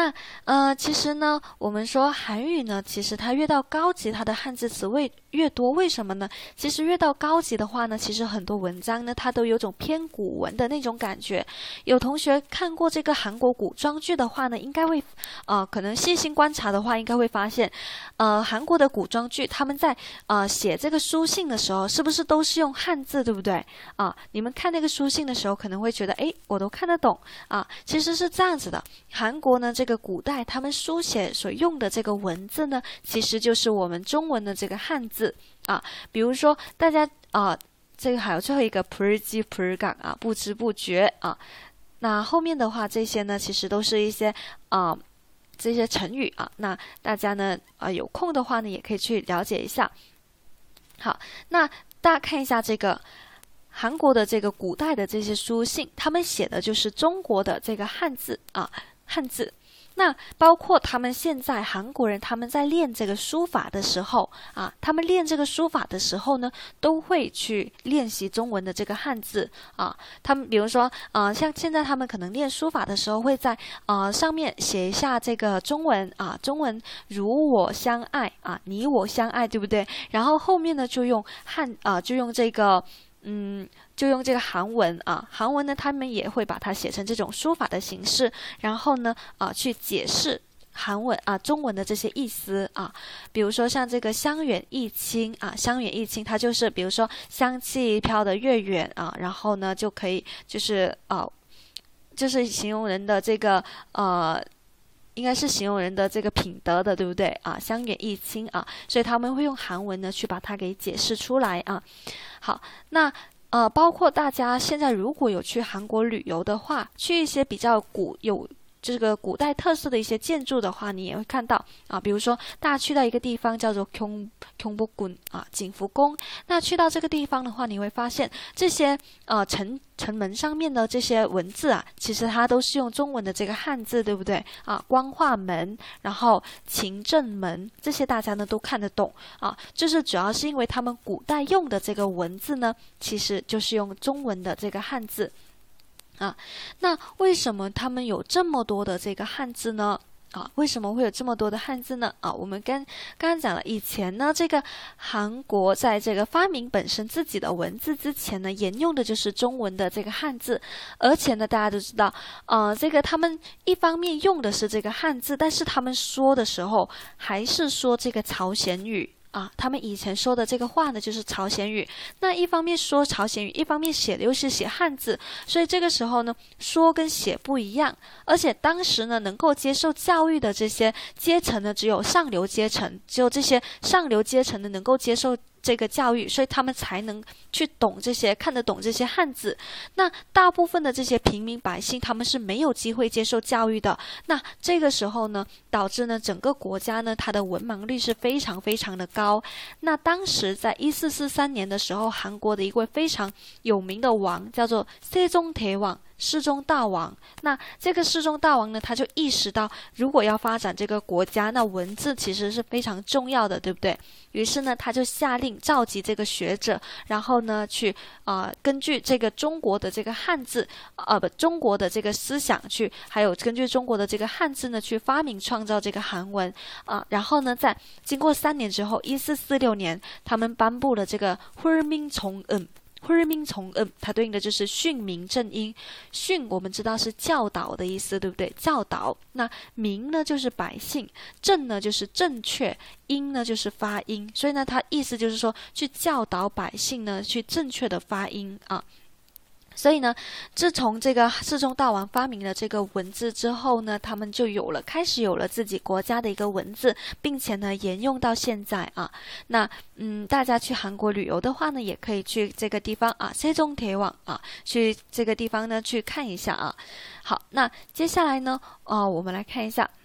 那其实呢，我们说韩语呢，其实它越到高级，它的汉字词汇越多，为什么呢？其实越到高级的话呢，其实很多文章呢，它都有种偏古文的那种感觉。有同学看过这个韩国古装剧的话呢，应该会可能细心观察的话，应该会发现，韩国的古装剧他们在写这个书信的时候，是不是都是用汉字，对不对？你们看那个书信的时候，可能会觉得，诶，我都看得懂其实是这样子的。韩国呢，这个古代他们书写所用的这个文字呢，其实就是我们中文的这个汉字比如说大家这个还有最后一个不知不觉不知不觉那后面的话这些呢，其实都是一些这些成语那大家呢有空的话呢，也可以去了解一下。好，那大家看一下这个韩国的这个古代的这些书信，他们写的就是中国的这个汉字汉字。那包括他们现在韩国人他们在练这个书法的时候他们练这个书法的时候呢，都会去练习中文的这个汉字他们比如说像现在他们可能练书法的时候，会在上面写一下这个中文中文如我相爱你我相爱，对不对？然后后面呢就用就用这个就用这个韩文韩文呢，他们也会把它写成这种书法的形式，然后呢去解释韩文中文的这些意思比如说像这个香远益清香远益清，它就是比如说香气飘得越远然后呢就可以就是形容人的这个应该是形容人的这个品德的，对不对香远益清所以他们会用韩文呢去把它给解释出来好，那包括大家现在如果有去韩国旅游的话，去一些比较有这个古代特色的一些建筑的话，你也会看到比如说大家去到一个地方叫做경복궁景福宫，那去到这个地方的话，你会发现这些城门上面的这些文字其实它都是用中文的这个汉字，对不对光化门，然后勤政门，这些大家呢都看得懂就是主要是因为他们古代用的这个文字呢，其实就是用中文的这个汉字那为什么他们有这么多的这个汉字呢？为什么会有这么多的汉字呢？我们刚刚讲了，以前呢，这个韩国在这个发明本身自己的文字之前呢，沿用的就是中文的这个汉字，而且呢，大家都知道，这个他们一方面用的是这个汉字，但是他们说的时候还是说这个朝鲜语。他们以前说的这个话呢，就是朝鲜语。那一方面说朝鲜语，一方面写的又是写汉字，所以这个时候呢，说跟写不一样。而且当时呢，能够接受教育的这些阶层呢，只有上流阶层，只有这些上流阶层呢能够接受这个教育，所以他们才能去懂这些，看得懂这些汉字。那大部分的这些平民百姓，他们是没有机会接受教育的。那这个时候呢，导致呢整个国家呢，它的文盲率是非常非常的高。那当时在1443年的时候，韩国的一位非常有名的王叫做세종대王。世宗大王，那这个世宗大王呢，他就意识到，如果要发展这个国家，那文字其实是非常重要的，对不对？于是呢，他就下令召集这个学者，然后呢，去根据这个中国的这个汉字，中国的这个思想去，还有根据中国的这个汉字呢，去发明创造这个韩文然后呢，在经过3年之后，1446年，他们颁布了这个훌민정음。它对应的就是训民正音。训我们知道是教导的意思，对不对？教导。那民呢就是百姓，正呢就是正确，音呢就是发音。所以呢，它意思就是说，去教导百姓呢，去正确的发音所以呢，自从这个世宗大王发明了这个文字之后呢，他们就开始有了自己国家的一个文字，并且呢沿用到现在那大家去韩国旅游的话呢，也可以去这个地方세종대王去这个地方呢去看一下好，那接下来呢我们来看一下